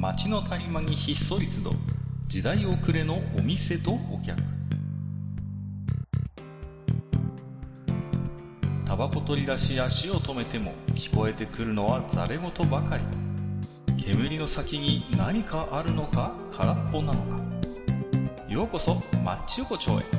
街の谷間にひっそり集う時代遅れのお店とお客。タバコ取り出し足を止めても聞こえてくるのはざれ言ばかり。煙の先に何かあるのか空っぽなのか。ようこそマッチ横丁へ。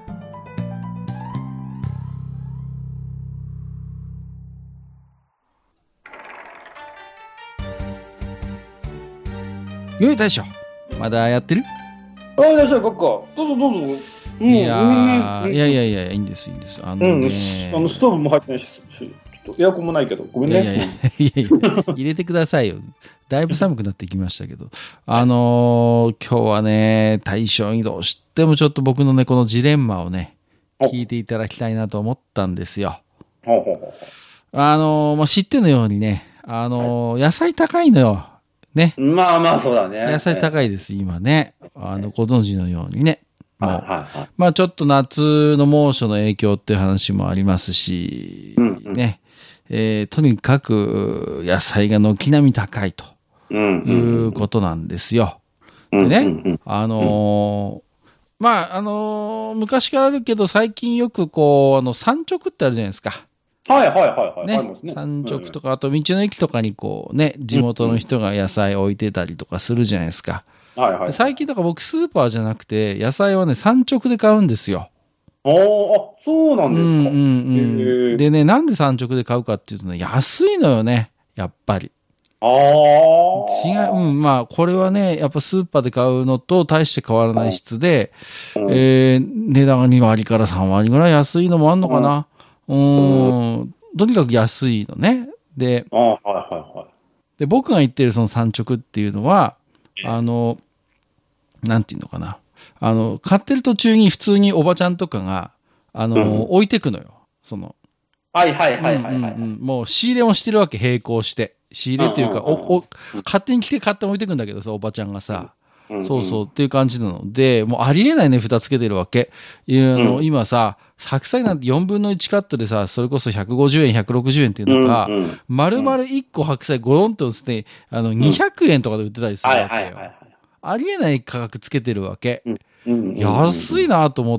よい大将、まだやってる？ ああ、いらっしゃい、閣下。どうぞどうぞ。 いやいいんです、いいんです。 ストーブも入ってないし、ちょっとエアコンもないけど、ごめんね。 いや入れてくださいよ。だいぶ寒くなってきましたけど。今日はね、大将にどうしてもちょっと僕のね、このジレンマをね、聞いていただきたいなと思ったんですよ。知ってのようにね、野菜高いのよ。ね。 まあそうだね。 野菜高いです、今ね。ご存知のようにね。ちょっと夏の猛暑の影響っていう話もありますし、ね。とにかく野菜が軒並み高いということなんですよ。でね、昔からあるけど最近よく産直ってあるじゃないですか。ね、産直とか、あと道の駅とかに地元の人が野菜置いてたりとかするじゃないですか。最近だから僕スーパーじゃなくて野菜はね、産直で買うんですよ。 そうなんですか。 でね、なんで産直で買うかっていうとね、安いのよね、やっぱり。これはね、やっぱスーパーで買うのと大して変わらない質で、値段が2割から3割ぐらい安いのもあんのかな。とにかく安いのね。で、僕が言ってるその産直っていうのは、なんていうのかな。買ってる途中に普通におばちゃんとかが、置いてくのよ。もう仕入れもしてるわけ、並行して。仕入れっていうか、勝手に来て買って置いてくんだけどさ、おばちゃんがさ。っていう感じなので、もうありえないね、蓋つけてるわけ。今さ、白菜なんて4分の1カットでさ、それこそ150円、160円っていうのが、丸々1個白菜ゴロンとして、200円とかで売ってたりするわけよ。ありえない価格つけてるわけ。安いなと思って、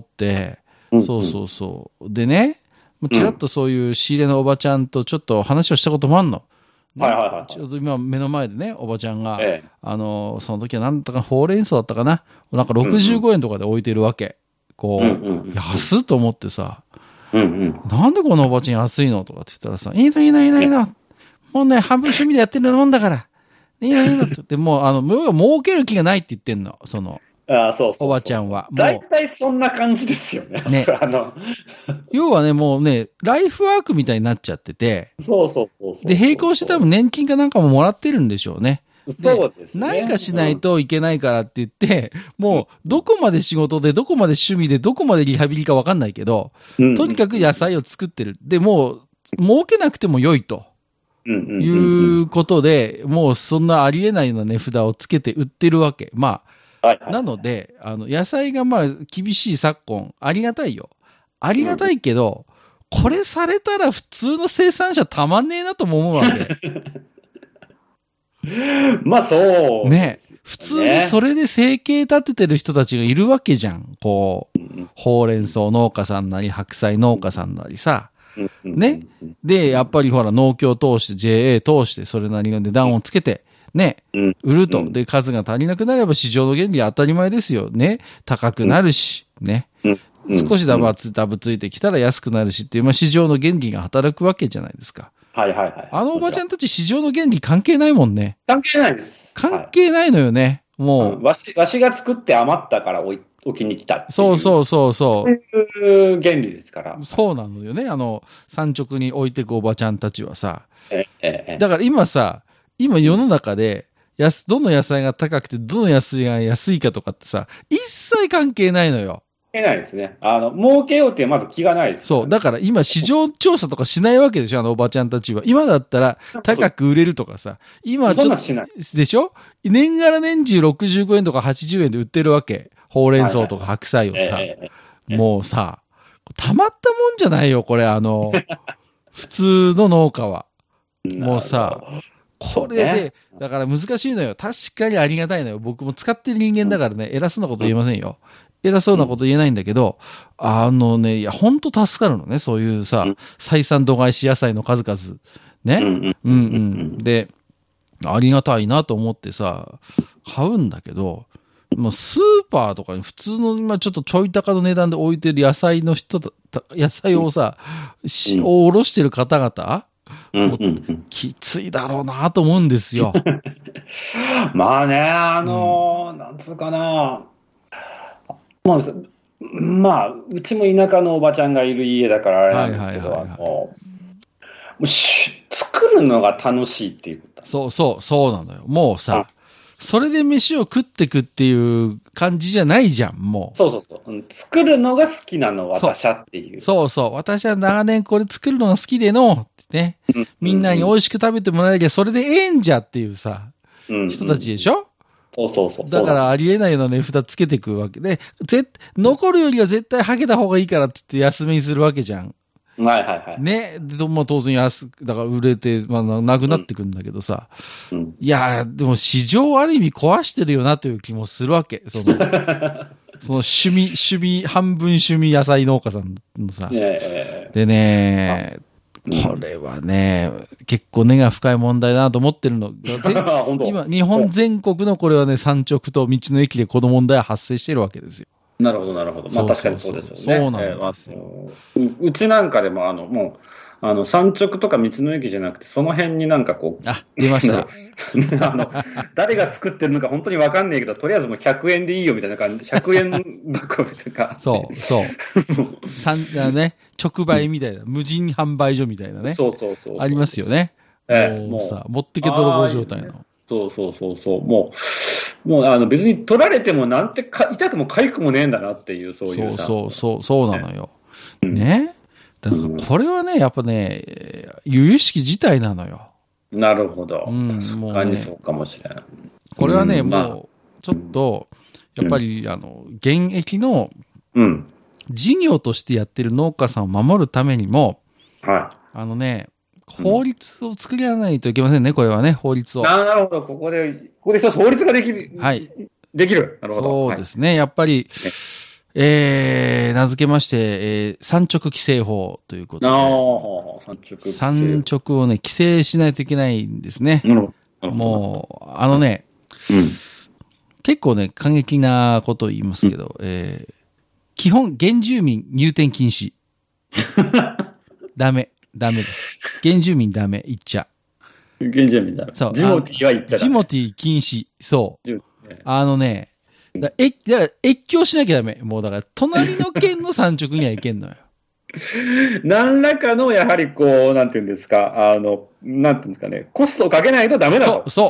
でね、ちらっとそういう仕入れのおばちゃんとちょっと話をしたこともあんの。ちょうど今目の前でね、おばちゃんが、その時はなんだかほうれん草だったかな、なんか65円とかで置いてるわけ。安っと思ってさ、なんでこのおばちゃん安いのとかって言ったらさ、いいの。もうね、半分趣味でやってるもんだから。いいのって言って、もう、儲ける気がないって言ってんの、おばちゃんは。 大体そんな感じですよね。 要はね、もうね、ライフワークみたいになっちゃってて。で、並行して多分年金かなんかももらってるんでしょうね。 そうですね。 何かしないといけないからって言って、もう、どこまで仕事で、どこまで趣味で、どこまでリハビリか分かんないけど、とにかく野菜を作ってる。で、もう、儲けなくても良いと。いうことで、もうそんなありえないような値札をつけて売ってるわけ。なので、野菜が厳しい昨今、ありがたいよ。ありがたいけど、これされたら普通の生産者たまんねえなとも思うわけ。 そう。 ね。普通にそれで生計立ててる人たちがいるわけじゃん。ほうれん草農家さんなり、白菜農家さんなりさ。ね。で、やっぱりほら、農協通して、JA 通して、それなりの値段をつけて、ね。売ると。で、数が足りなくなれば市場の原理は当たり前ですよ。ね。高くなるし、ね。少しダブついてきたら安くなるしっていう、市場の原理が働くわけじゃないですか。おばちゃんたち市場の原理関係ないもんね。 関係ないです。 関係ないのよね。もう。 わしが作って余ったから置きに来たっていう。 そう。 そういう原理ですから。 そうなのよね。産直に置いてくおばちゃんたちはさ。だから今世の中で、どの野菜が高くて、どの野菜が安いかとかってさ、一切関係ないのよ。 関係ないですね。儲けようってまず気がないです、ね。 そう。だから今市場調査とかしないわけでしょ、おばちゃんたちは。今だったら高く売れるとかさ。今ちょっと、でしょ？年がら年中65円とか80円で売ってるわけ。ほうれん草とか白菜をさ。もうさ、たまったもんじゃないよ、これ、普通の農家は。もうさ、 これで、だから難しいのよ。確かにありがたいのよ。僕も使ってる人間だからね、偉そうなこと言えませんよ。偉そうなこと言えないんだけど、いや、ほんと助かるのね。そういうさ、採算度外視野菜の数々。ね。で、ありがたいなと思ってさ、買うんだけど、もうスーパーとかに普通の今ちょっとちょい高の値段で置いてる野菜の野菜をさ、おろしてる方々、きついだろうなと思うんですよ。 まあね、なんつうかな。まあ、うちも田舎のおばちゃんがいる家だからあれなんですけど、作るのが楽しいっていうこと。 そうなのよ。もうさ、それで飯を食ってくっていう感じじゃないじゃん、もう。 そう。作るのが好きなの、私はっていう。 そう。私は長年これ作るのが好きでの、ってね。みんなに美味しく食べてもらえりゃそれでええんじゃっていうさ、人たちでしょ？ そう。 だからありえないような値札つけていくわけで、残るよりは絶対はけた方がいいからって言って安めにするわけじゃん。 はい。 ね。まあ当然だから売れて、まあなくなってくんだけどさ。いや、でも市場ある意味壊してるよなという気もするわけ。その半分趣味野菜農家さんのさ。でね、これはね、結構根が深い問題だなと思ってるの。今、日本全国のこれはね、産直と道の駅でこの問題は発生してるわけですよ。 なるほど。まあ確かにそうですよね。 そうなんですよ。 うちなんかでももう、産直とか道の駅じゃなくて、その辺になんかこう。 出ました。 誰が作ってるのか本当にわかんないけど、とりあえずもう100円でいいよみたいな感じ、100円箱とか。 そう。直売みたいな、無人販売所みたいなね。 そう。 ありますよね。もうさ、持ってけ泥棒状態の。 そう。もう別に取られてもなんて痛くも痒くもねえんだなっていう、そういうさ。 そうなのよ。ね。だからこれはね、やっぱね、由々しき事態なのよ。 なるほど。 もうね。 そうかもしれない。 これはね、もう、ちょっと、やっぱり、現役の、事業としてやってる農家さんを守るためにも、法律を作らないといけませんね、これはね、法律を。 なるほど、ここで一つ法律ができる。 はい。 できる。なるほど。 そうですね、やっぱり、名付けまして、産直規制法ということで。産直をね、規制しないといけないんですね。もう、結構ね、過激なことを言いますけど、基本、原住民入店禁止。ダメです。原住民ダメ、言っちゃ。 原住民ダメ。そう。ジモティは言っちゃダメ。 ジモティ禁止。そう。越境しなきゃダメ。もうだから、隣の県の産直には行けんのよ。 何らかの、やはりこう、なんていうんですか、なんていうんですかね、コストをかけないとダメだと。 そう。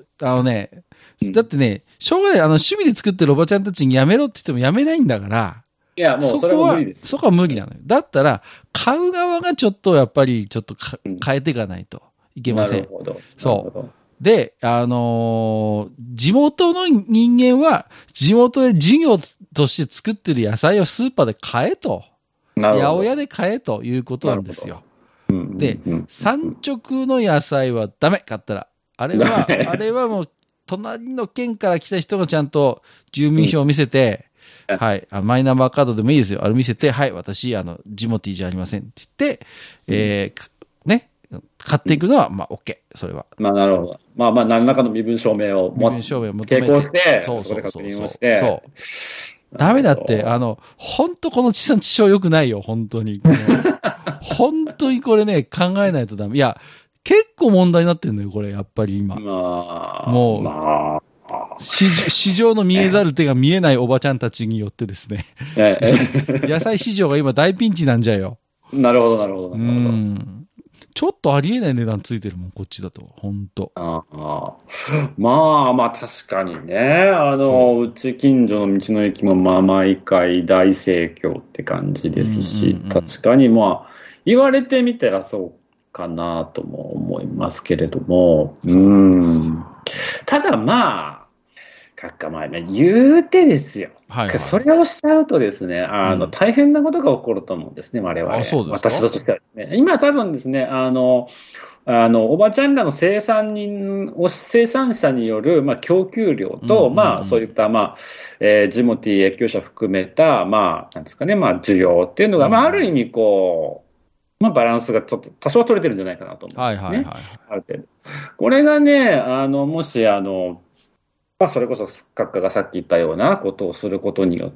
だってね、しょうがない、趣味で作ってるおばちゃんたちにやめろって言ってもやめないんだから、 いや、もうそれは無理です。 そこは無理なのよ。だったら、買う側がちょっと、やっぱり、ちょっと変えていかないといけません。 なるほど。 そう。で、地元の人間は、地元で事業として作ってる野菜をスーパーで買えと。八百屋で買えということなんですよ。で、産直の野菜はダメ、買ったら。あれはもう、隣の県から来た人がちゃんと住民票を見せて、はい、マイナンバーカードでもいいですよ。見せて、はい、私、ジモティーじゃありませんって言って、ね、買っていくのは、まあ、OK、それは。 まあ、なるほど。まあ、何らかの身分証明を求めて。 携行して、 そう。 そう。 ダメだって、本当この地産地消良くないよ、本当に。本当にこれね、考えないとダメ。いや、結構問題になってんのよ、これ、やっぱり今。もう、市場の見えざる手が見えないおばちゃんたちによってですね。野菜市場が今大ピンチなんじゃよ。 なるほど。 ちょっとありえない値段ついてるもん、こっちだと。ほんと。 まあ、確かにね。うち近所の道の駅も、まあ、毎回大盛況って感じですし、確かにまあ、言われてみたらそうかなとも思いますけれども。ただまあ、 言うてですよ。 はいはい。 それをしちゃうとですね、大変なことが起こると思うんですね、我々。 あ、そうですか。 私としてはですね。今多分ですね、おばちゃんらの生産者による、供給量と、そういった、ジモティー越境者含めた、なんですかね、需要っていうのが、ある意味、バランスがちょっと多少取れてるんじゃないかなと思うんですね。 はいはいはい。 ある程度。これがね、もし、それこそ閣下がさっき言ったようなことをすることによって、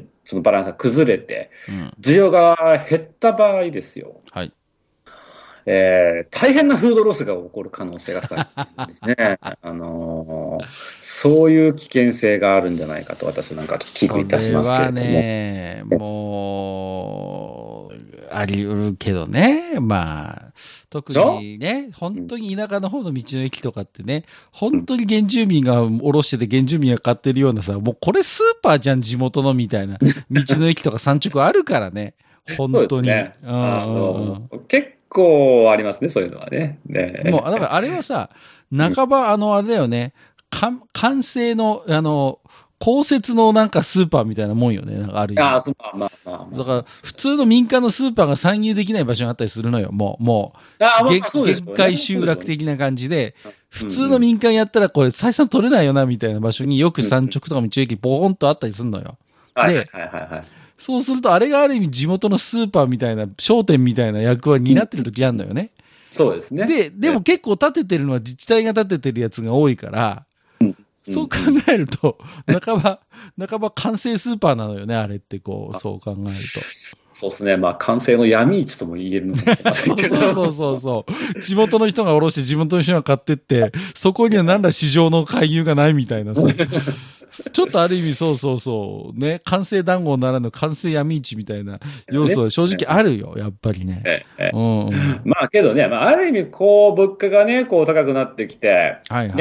そのバランスが崩れて、需要が減った場合ですよ。 はい。 大変なフードロスが起こる可能性が高いですね。そういう危険性があるんじゃないかと私なんか危惧いたしますけれども。それはね、もう、あり得るけどね。特にね、本当に田舎の方の道の駅とかってね、本当に原住民が下ろしてて原住民が買ってるようなさ、もうこれスーパーじゃん、地元のみたいな道の駅とか産直あるからね。本当に。 ね、結構ありますね、そういうのはね。 もう、だからあれはさ、半ばあれだよね、完成の、公設のなんかスーパーみたいなもんよね、なんかある意味。だから、普通の民間のスーパーが参入できない場所があったりするのよ、もう。限界集落的な感じで、普通の民間やったらこれ採算取れないよな、みたいな場所によく産直とか道の駅ボーンとあったりするのよ。で、そうするとあれがある意味地元のスーパーみたいな、商店みたいな役割に担ってる時あるのよね。 そうですね。 でも結構建ててるのは自治体が建ててるやつが多いから、そう考えると、半ば完成スーパーなのよね、あれってそう考えると。 そうですね。完成の闇市とも言えるのかもしれませんけど。 そう。地元の人が卸して地元の人が買ってって、そこには何ら市場の介入がないみたいなさ。ちょっとある意味ね、完成談合ならぬ完成闇市みたいな要素は正直あるよ、やっぱりね。 けどね、ある意味物価がね、高くなってきて、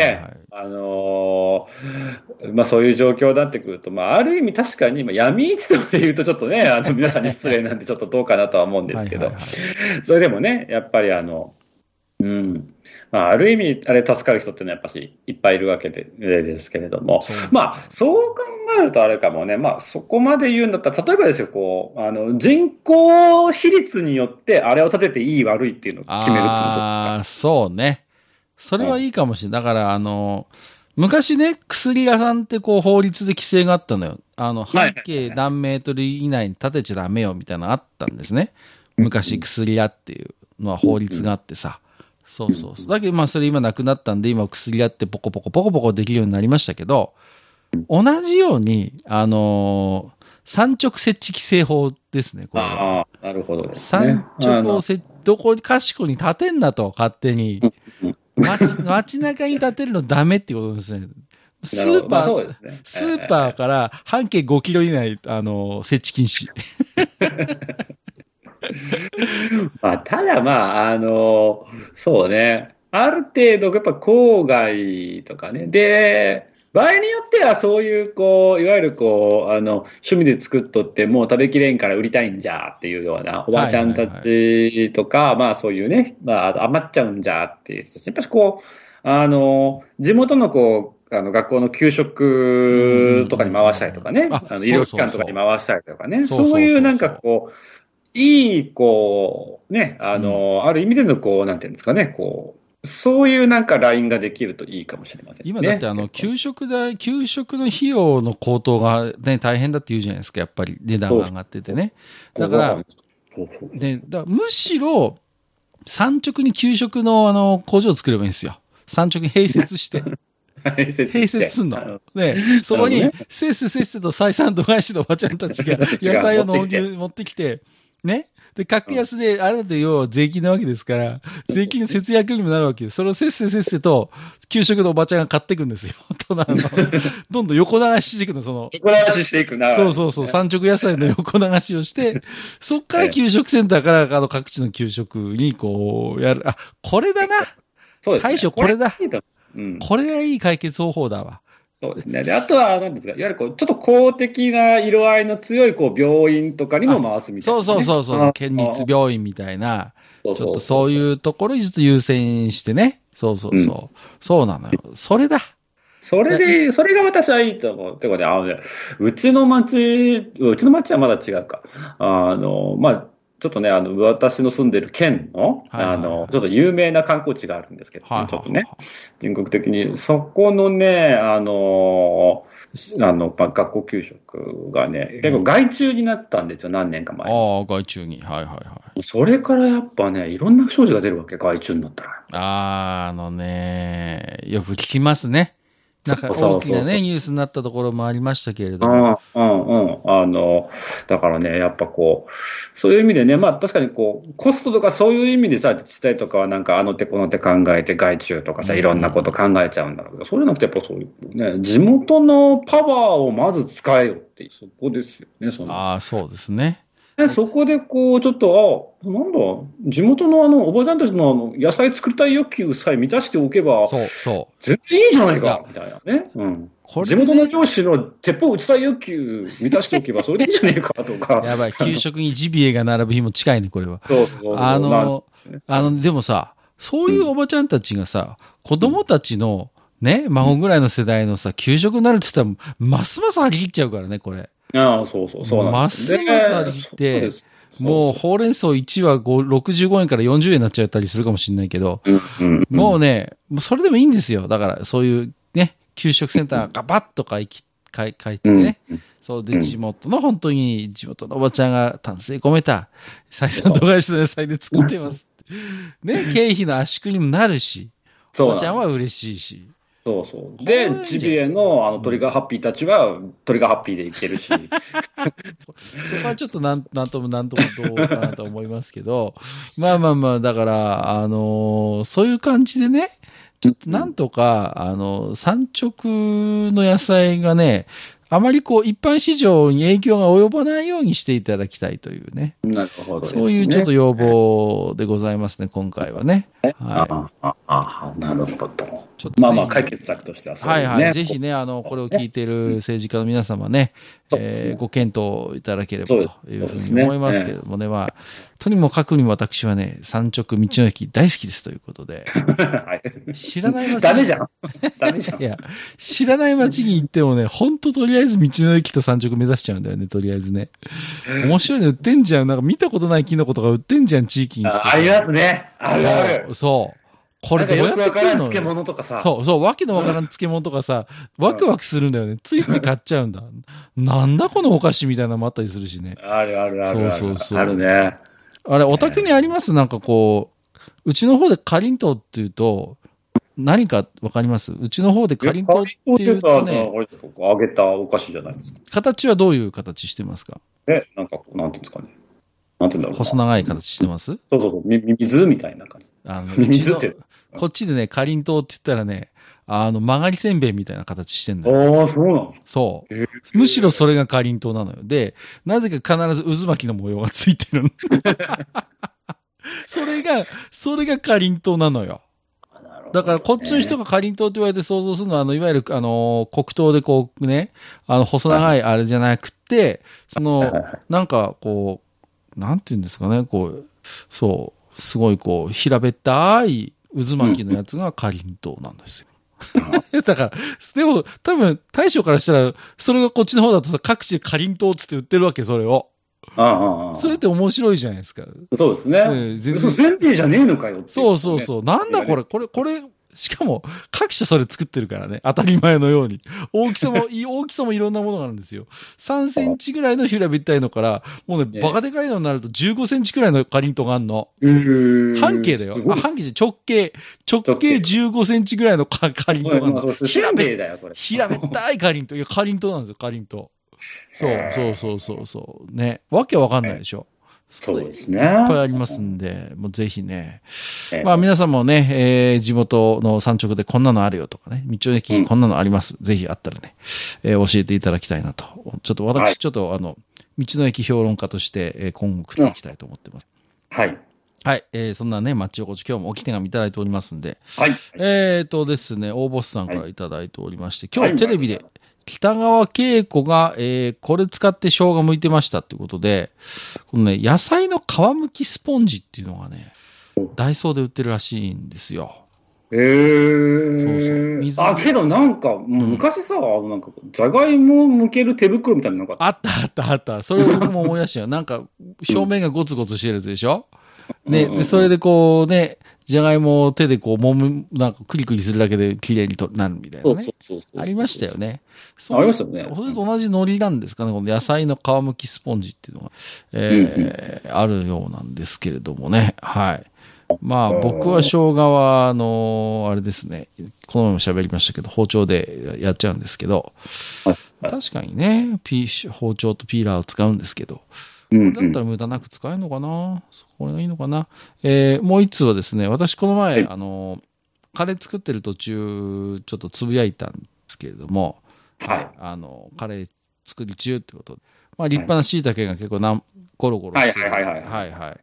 そういう状況になってくると、ある意味確かに、闇市とって言うとちょっとね、皆さんに失礼なんでちょっとどうかなとは思うんですけど、それでもね、やっぱりある意味、あれ助かる人ってのはやっぱしいっぱいいるわけですけれども、そう考えるとあれかもね、そこまで言うんだったら、例えばですよ、人口比率によってあれを立てていい悪いっていうのを決めるってそうね。それはいいかもしれない。だから、昔ね、薬屋さんって法律で規制があったのよ。半径何メートル以内に立てちゃダメよみたいなのがあったんですね。昔薬屋っていうのは法律があってさ。そう。だけどそれ今なくなったんで、今薬屋ってポコポコできるようになりましたけど、同じように、産直設置規制法ですね、これは。 なるほどですね。 産直をどこかしこに建てんなと、勝手に。街中に建てるのダメっていうことですね。スーパーから半径5キロ以内、設置禁止。 ただそうね。ある程度、やっぱ郊外とかね。で、場合によってはそういう、いわゆる趣味で作っとってもう食べきれんから売りたいんじゃっていうようなおばちゃんたちとか、そういうね、余っちゃうんじゃっていう。やっぱり地元の学校の給食とかに回したりとかね、医療機関とかに回したりとかね、そういうなんかいい、ね、ある意味でのなんていうんですかね、そういうなんかラインができるといいかもしれませんね。 今だって給食の費用の高騰がね、大変だって言うじゃないですか、やっぱり値段が上がっててね。だから、むしろ、産直に給食の工場を作ればいいんですよ。産直に併設して。併設すんの。ね、そこに、せっせと採算度外視のおばちゃんたちが野菜を納入持ってきて、ね。で、格安で、あれだって要は税金なわけですから、税金の節約にもなるわけです。それをせっせと、給食のおばちゃんが買っていくんですよ。どんどん横流ししていくの、 横流ししていくな。 そう、産直野菜の横流しをして、そっから給食センターから各地の給食にやる。これだな。そうですね。大将これだ。これがいい解決方法だわ。 そうですね。で、あとは、何ですか、いわゆるちょっと公的な色合いの強い、病院とかにも回すみたいな、ね。 そう。県立病院みたいな。ちょっとそういうところにちょっと優先してね。そうなのよ。それだ。 それが私はいいと思う。てかね、うちの町はまだ違うか。まあ、ちょっとね、私の住んでる県の、ちょっと有名な観光地があるんですけど、ちょっとね、全国的に、そこのね、学校給食がね、結構外注になったんですよ、何年か前に。 ああ、外注に。はいはいはい。 それからやっぱね、いろんな不祥事が出るわけ、外注になったら。 よく聞きますね。なんか大きなね、ニュースになったところもありましたけれども。 だからね、やっぱこう、そういう意味でね、まあ確かにこう、コストとかそういう意味でさ、自治体とかはなんかあの手この手考えて外注とかさ、いろんなこと考えちゃうんだろうけど、そういうのってやっぱそういうね、地元のパワーをまず使えよっていう、そこですよね、 そうですね。 そこでこう、ちょっと、なんだ、地元のおばちゃんたちの野菜作りたい欲求さえ満たしておけば、全然いいじゃないか、みたいなね。地元の上司の鉄砲撃ちたい欲求満たしておけば、それでいいじゃねえかとか。 やばい、給食にジビエが並ぶ日も近いね、これは。でもさ、そういうおばちゃんたちがさ、子供たちのね、孫ぐらいの世代のさ、給食になるって言ったら、ますます張り切っちゃうからね、これ。 そうなんです。 ますます張り切って、もうほうれん草1は65円から40円になっちゃったりするかもしれないけど、もうね、それでもいいんですよ。だからそういうね、給食センターガバッと書いてね、そうで、地元の本当に地元のおばちゃんが丹精込めた採算度外視の野菜で作ってます。ね、経費の圧縮にもなるし、おばちゃんは嬉しいし。 で、ジビエのトリガーハッピーたちはトリガーハッピーでいけるし。 そこはちょっとなんともどうかなと思いますけど、まあ、だから、そういう感じでね、ちょっとなんとか、産直の野菜がね、あまりこう一般市場に影響が及ばないようにしていただきたいというね。 なるほど、ね。 そういうちょっと要望でございますね、今回はね。 なるほど。ちょっとまあ解決策としてはそうですね。 ぜひね、これを聞いている政治家の皆様ね、ご検討いただければというふうに思いますけれどもね、まあ、とにもかくにも私はね、産直道の駅大好きですということで。知らない街ダメじゃん。 いや、知らない街に行ってもね、ほんととりあえず道の駅と産直目指しちゃうんだよね、とりあえずね。面白いの売ってんじゃん。なんか見たことないキノコとか売ってんじゃん、地域に。 ありますね。ある。 そう。これどうやって食うの？ 漬物とかさ。 そう、わけのわからん漬物とかさ、ワクワクするんだよね。ついつい買っちゃうんだ。なんだこのお菓子みたいなのもあったりするしね。 ある。 そう。 あるね。 あれ、お宅にあります？なんかこう、うちの方でかりんとうっていうと、何かわかります？うちの方でかりんとうっていうとね、 揚げたお菓子じゃないですか。 形はどういう形してますか？ なんか、なんていうんですかね。なんていうんだろう。 細長い形してます？ そう。水みたいな感じ。水って。 こっちでね、かりんとうって言ったらね、曲がりせんべいみたいな形してんだよ。 ああ、そうなの？ そう。むしろそれがかりんとうなのよ。で、なぜか必ず渦巻きの模様がついてるの。それがかりんとうなのよ。だからこっちの人がかりんとうって言われて想像するのは、いわゆる、黒糖でこうね、細長いあれじゃなくて、なんかこう、なんて言うんですかね、こう、そう、すごいこう、平べったい渦巻きのやつがかりんとうなんですよ。だから、でも、多分、大将からしたら、それがこっちの方だとさ、各地でかりんとうつって売ってるわけ、それを。それって面白いじゃないですか。 そうですね。全然。せんべいじゃねえのかよって、ね。 そう。なんだこれ、しかも、各社それ作ってるからね。当たり前のように。大きさもいろんなものがあるんですよ。3センチぐらいの平べったいのから、もうね、バカでかいのになると15センチくらいのかりんとうがあるの。半径だよ。半径じゃ直径15センチぐらいのかりんとうがあるの。平べったいかりんとう。いや、かりんとうなんですよ、かりんとう。そう。ね。わけわかんないでしょ。 そうですね。 いっぱいありますんで、もうぜひね。まあ皆さんもね、地元の産直でこんなのあるよとかね、道の駅こんなのあります。ぜひあったらね、教えていただきたいなと。ちょっと私、道の駅評論家として、今後食っていきたいと思ってます。はい。そんなね、町おこち今日も置き手紙いただいておりますんで。 はい。 ですね、大ボスさんからいただいておりまして、今日テレビで、北川景子が、これ使って生姜剥いてましたっていうことで、このね、野菜の皮むきスポンジっていうのがね、ダイソーで売ってるらしいんですよ。 そう。 あ、けどなんか、昔さ、なんか、じゃがいも剥ける手袋みたいなのがあった。それを僕も思い出したよ。なんか、表面がゴツゴツしてるやつでしょ、ね、で、それでこうね、じゃがいもを手でこうなんかクリクリするだけで綺麗になるみたいなね。ありましたよね。 ありましたよね。 それと同じノリなんですかね、この野菜の皮むきスポンジっていうのが、あるようなんですけれどもね。はい。まあ僕は生姜はあれですね、この前も喋りましたけど包丁でやっちゃうんですけど、確かにね包丁とピーラーを使うんですけど、これだったら無駄なく使えるのかな、これがいいのかな。もう一つはですね、私この前、カレー作ってる途中ちょっとつぶやいたんですけれども、 はい、 カレー作り中ってことで、まあ立派な椎茸が結構ゴロゴロしてる。はい。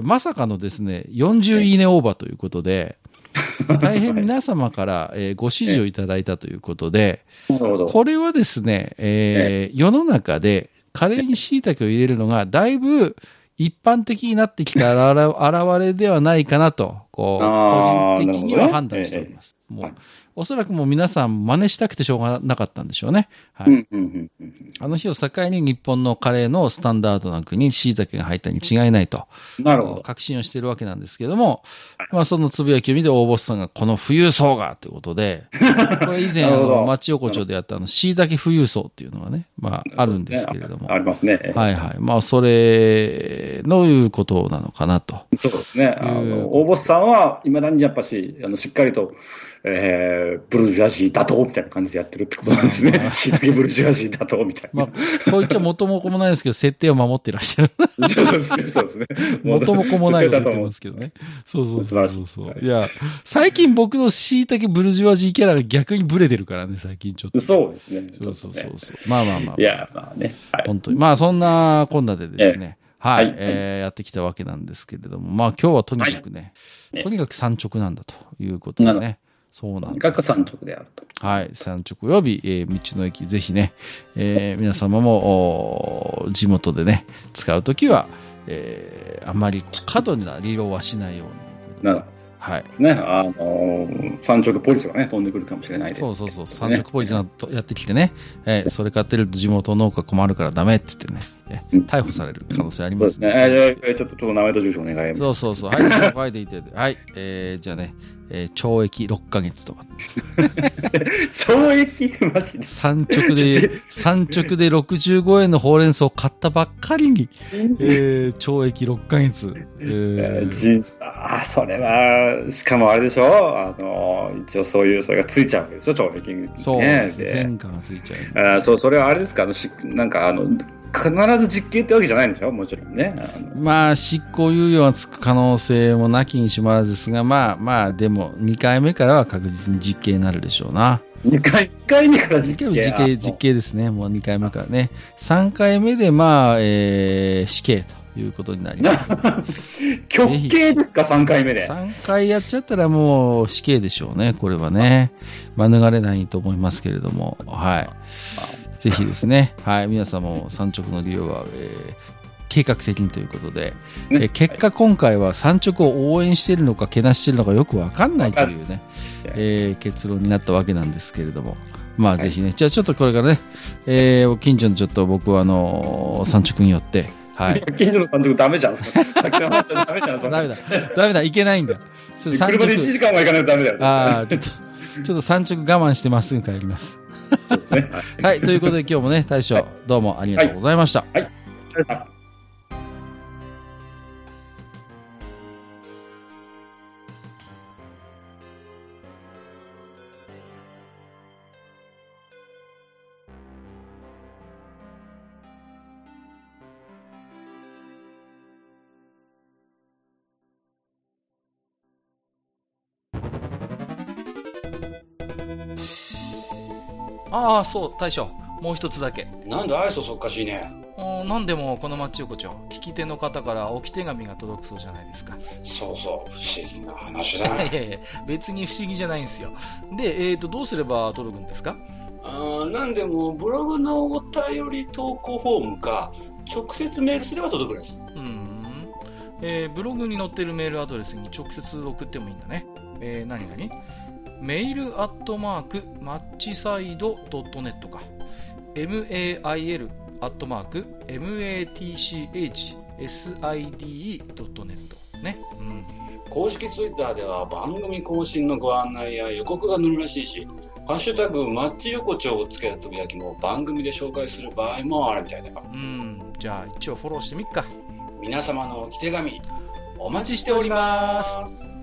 まさかのですね、40いいねオーバーということで、大変皆様からご指示をいただいたということで、これはですね、世の中でカレーに椎茸を入れるのがだいぶ一般的になってきた現れではないかなと、個人的には判断しております。もうおそらくもう皆さん真似したくてしょうがなかったんでしょうね。はい。あの日を境に日本のカレーのスタンダードな国に椎茸が入ったに違いないと。 なるほど。 確信をしているわけなんですけれども、まあそのつぶやきを見て大ボスさんがこの富裕層がということで、これ以前町横丁でやった椎茸富裕層っていうのがね、まああるんですけれども。 ありますね。 はいはい。まあそれのいうことなのかなと。 そうですね。大ボスさんは未だにやっぱしっかりと、ブルジョアジー打倒みたいな感じでやってるってことなんですね。椎茸ブルジョアジー打倒みたいな。 まあ、こういっちゃ元も子もないですけど、設定を守ってらっしゃる。 そうですね。 元も子もないこと言ってますけどね。そう。いや、最近僕の椎茸ブルジョアジーキャラが逆にブレてるからね、最近ちょっと。 そうですね。 そう。まあ。 いや、まあね。 はい、本当に。まあそんなこんなでですね。はい、やってきたわけなんですけれども、まあ今日はとにかくね、とにかく産直なんだということでね。そうなんです。とにかく産直であると。 はい。産直及び、道の駅、ぜひね、皆様も、地元でね、使うときは、あまり過度な利用はしないように。 なるほど。はい。ね、産直ポリスがね、飛んでくるかもしれないで。 そう。産直ポリスがやってきてね、それ買ってると地元農家困るからダメって言ってね、逮捕される可能性ありますね。ちょっと名前と住所お願い。 そう。はい、書いていて。はい。じゃあね、懲役6ヶ月とか。 懲役マジで産直で65円のほうれん草を買ったばっかりに、懲役6ヶ月。 それは、しかもあれでしょ、一応それがついちゃうわけでしょ、懲役に。 そうですね。前科がついちゃう。 それはあれですか、なんか必ず実刑ってわけじゃないんでしょ、もちろんね。 まあ、執行猶予がつく可能性もなきにしもあらずですが、まあ、でも、2回目からは確実に実刑になるでしょうな。 1回目から実刑実刑ですね。もう2回目からね。3回目で、まあ、死刑ということになります、 ね。極刑ですか、3回目で。 3回やっちゃったらもう死刑でしょうね、これはね。免れないと思いますけれども、はい。ぜひですね、はい、皆さんも産直の利用は、計画的にということで、結果今回は産直を応援しているのかけなしているのかよく分かんないというね、結論になったわけなんですけれども、まあぜひね、じゃあちょっとこれからね、近所のちょっと僕は産直によって、はい。 近所の産直ダメじゃん。さっきの話ダメじゃん。 ダメだ、いけないんだ。 車で1時間は行かないとダメだよ。 ああ、ちょっと産直我慢してまっすぐ帰ります。はい、ということで今日もね、大将、どうもありがとうございました。 はい。 ああ、そう、大将。もう一つだけ。 なんで愛想そっかしいね。 なんでもこの町横丁、聞き手の方から置き手紙が届くそうじゃないですか。 そう、不思議な話だね。 いや別に不思議じゃないんですよ。で、どうすれば届くんですか？ なんでもブログのお便り投稿フォームか、直接メールすれば届くらしい。 ブログに載ってるメールアドレスに直接送ってもいいんだね。何メールアットマークマッチサイド .net か mail アットマーク matchside.net ね、 公式ツイッターでは番組更新のご案内や予告が載るらしいし、ハッシュタグマッチ横丁をつけたつぶやきも番組で紹介する場合もあるみたいだよ。 じゃあ一応フォローしてみっか。 皆様のお手紙おお待ちしております。